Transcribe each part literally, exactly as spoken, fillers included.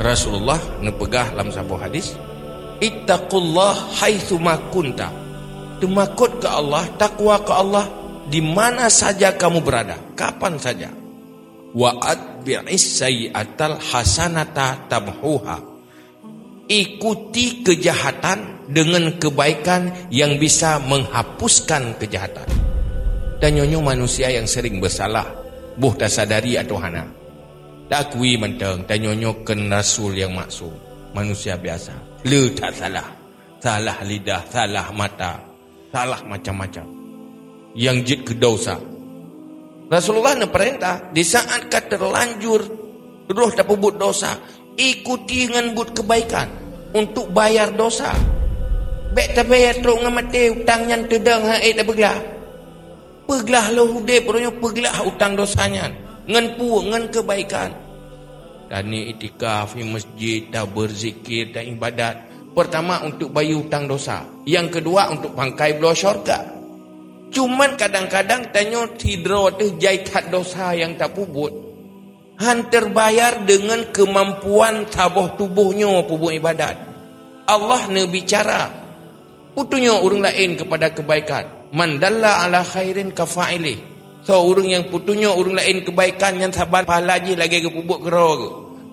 Rasulullah nepegah dalam sebuah hadis, ittaqullah haitsu ma kunta. Temakut ke Allah, takwa ke Allah di mana saja kamu berada, kapan saja. Wa atbi'is sayyi'atal hasanata tamhuha. Ikuti kejahatan dengan kebaikan yang bisa menghapuskan kejahatan. Dan nyonyo manusia yang sering bersalah, buh tak sadari atau hana. Tak akui menteng, dan nyonyo ken rasul yang maksum, manusia biasa. Le tak salah, salah lidah, salah mata, salah macam-macam. Yang jid ke dosa. Rasulullah nak perintah, di saat kau terlanjur roh tak buat dosa, ikuti dengan buat kebaikan untuk bayar dosa. Bek tak bayar teruk dengan mati utang yang tedang haid tak beglah. Peglah lo hudib, orangnya peglah utang dosanya ngan pu ngan kebaikan. Dan ni itikaf di masjid, tak berzikir, tak ibadat. Pertama untuk bayar utang dosa, yang kedua untuk pangkai belah syurga. Cuman kadang-kadang tanya tidro tu jaikat dosa yang tak pubut. Han terbayar dengan kemampuan tabuh tubuhnya pubut ibadat. Allah ne bicara. Putunya orang lain kepada kebaikan. Man dalla ala khairin kafa'ilih. So orang yang putunya orang lain kebaikan yang sabar pahala je lagi ke pubut kera ke.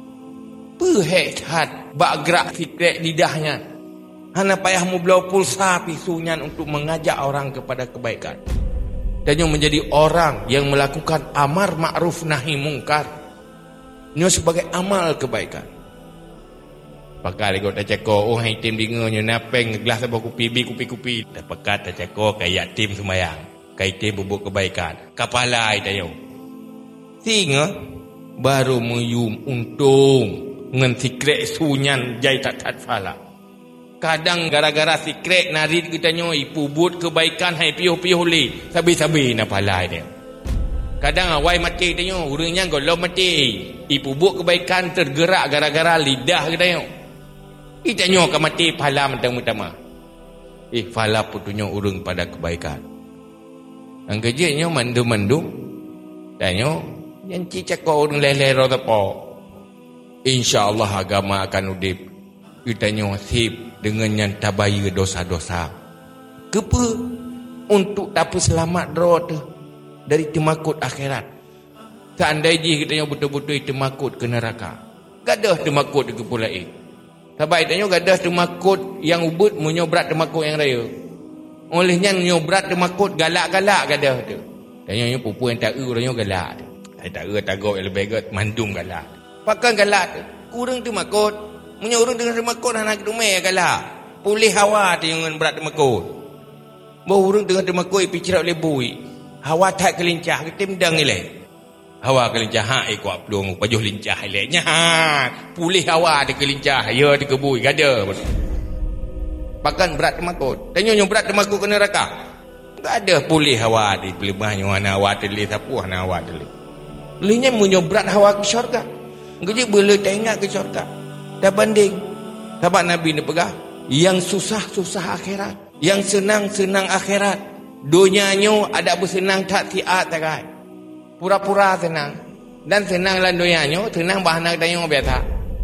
Perhehat bak gerak fikret lidahnya. Hana payah mu belau pulsa pisunya untuk mengajak orang kepada kebaikan. Dan yang menjadi orang yang melakukan amar ma'ruf nahi mungkar. Ini sebagai amal kebaikan. Pakai lagi tak cakap, oh hai tim dinganya napeng gelas sabah kupi bi kupi-kupi. Tak pekat tak cakap kayak tim sembayang. Kayak tim bubuk kebaikan. Kapalai tayo. Singa baru meyum untung ngan sikret sunyan jai tak tat fala. Kadang gara-gara sikret narid kita nyoi pubut kebaikan hai piuh-piuh li. Sabi-sabi na palai dia. Kadang awai mati kita nyoi, urangnya golong mati. Ipubut kebaikan tergerak gara-gara lidah kita nyoi. Kita nyoi ke mati pahala mentang-mentang. Eh pahala putunya urang pada kebaikan. Ang kerjanya mandu-mandu. Dan nyoi yang cicak kau urang lelero tepo. InsyaAllah agama akan udip. Kita nyoi sip dengan yang tabayar dosa-dosa. Kepa untuk tak selamat roh tu dari temakut akhirat. Seandainya kita nyoi betul-betul temakut ke neraka. Gadah temakut ke pulai. Sabai tanya gadah temakut yang ubud menyobrat temakut yang raya. Olehnya menyobrat temakut galak-galak gadah tu. Tanya nya pupu yang tak eur nya galak tu. Saya tak eur tagok yang lebih gat mandung galak. Pakai galak tu. Kurang temakut. Menyuruh dengan temakut anak dumai galak. Pulih hawa tu yang berat temakut. Bawa urang dengan temakut pikiran oleh bui. Hawa tak kelincah kita mendang ilai. Hawa kelincah ha eh kuat pelung pajuh lincah ilainya. Pulih hawa dia kelincah ya dia kebui gada. Bahkan berat temakut. Tanya yang berat temakut ke neraka. Tak ada pulih hawa di pelimahnya ana hawa teli sapu ana hawa teli. Linya menyobrat hawa ke syurga. Ngejek boleh tak ingat ke syurga. Dah banding. Sahabat Nabi ni pegah. Yang susah-susah akhirat. Yang senang-senang akhirat. Dunianya ada bersenang tak tiat tak kai. Pura-pura senang. Dan senang lah dunianya. Senang bahana tanya biasa.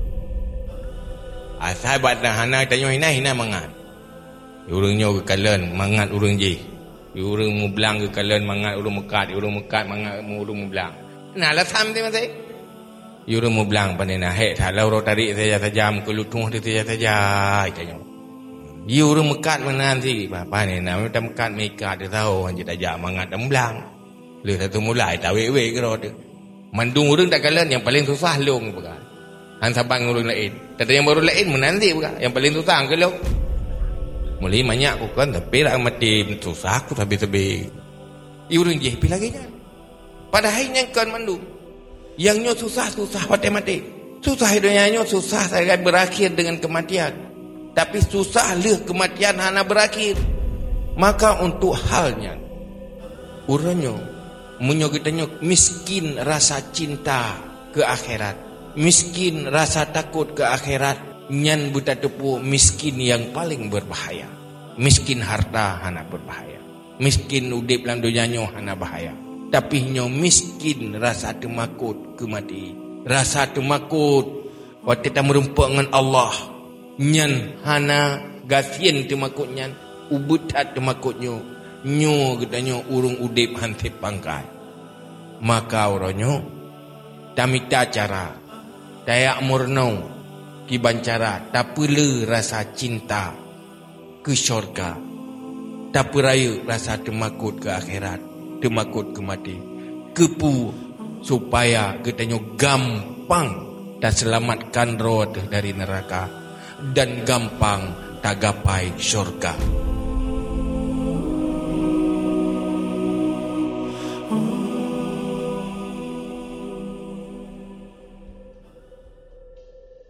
Ah, sahabat dah hana tanya hina hina mangat. Urangnya ke kalian mangat urang je. Urang mu belang ke kalian mangat urang mekat. Urang mekat mangat urang mu belang. Nah lah sam tu masih. Urang mu belang pandai hek kalau ro tarik saja tajam ke lutung tu saja saja tanya. Dia urang mekat mana nanti. Apa ni nak macam mekat mekat dia tahu hanya tajam mangat dan belang. Le satu mulai tak wek-wek ke ro tu. Mandung urang tak kalian yang paling susah long pegang. Han saban urang lain. Tak ada yang baru lain menanti pegang. Yang paling susah ke long. Mulai banyak aku kan tapi lah mati susah aku tapi-tapi. Urang je pi lagi kan. Padahal yang kan mandung. Yang nyo susah-susah mati-mati. Susah hidupnya nyo susah saya berakhir dengan kematian. Tapi susah leh kematian hana berakhir. Maka untuk halnya urangnya munyo kitanya miskin rasa cinta ke akhirat. Miskin rasa takut ke akhirat. Nyan buta tepu miskin yang paling berbahaya. Miskin harta hana berbahaya. Miskin udip dalam dunianya hana bahaya. Tapi nyo miskin rasa temakut ke mati. Rasa temakut waktu kita merumpuk dengan Allah nyan hana gasien temakut nyan ubutat temakutnya nyo katanya urung udip hantip pangkai maka oronyo tamita cara dayak murnau kibancara tapele rasa cinta ke syurga taperayu rasa temakut ke akhirat temakut ke mati kepu supaya katanya gampang dan selamatkan roh dari neraka dan gampang tagapai syurga.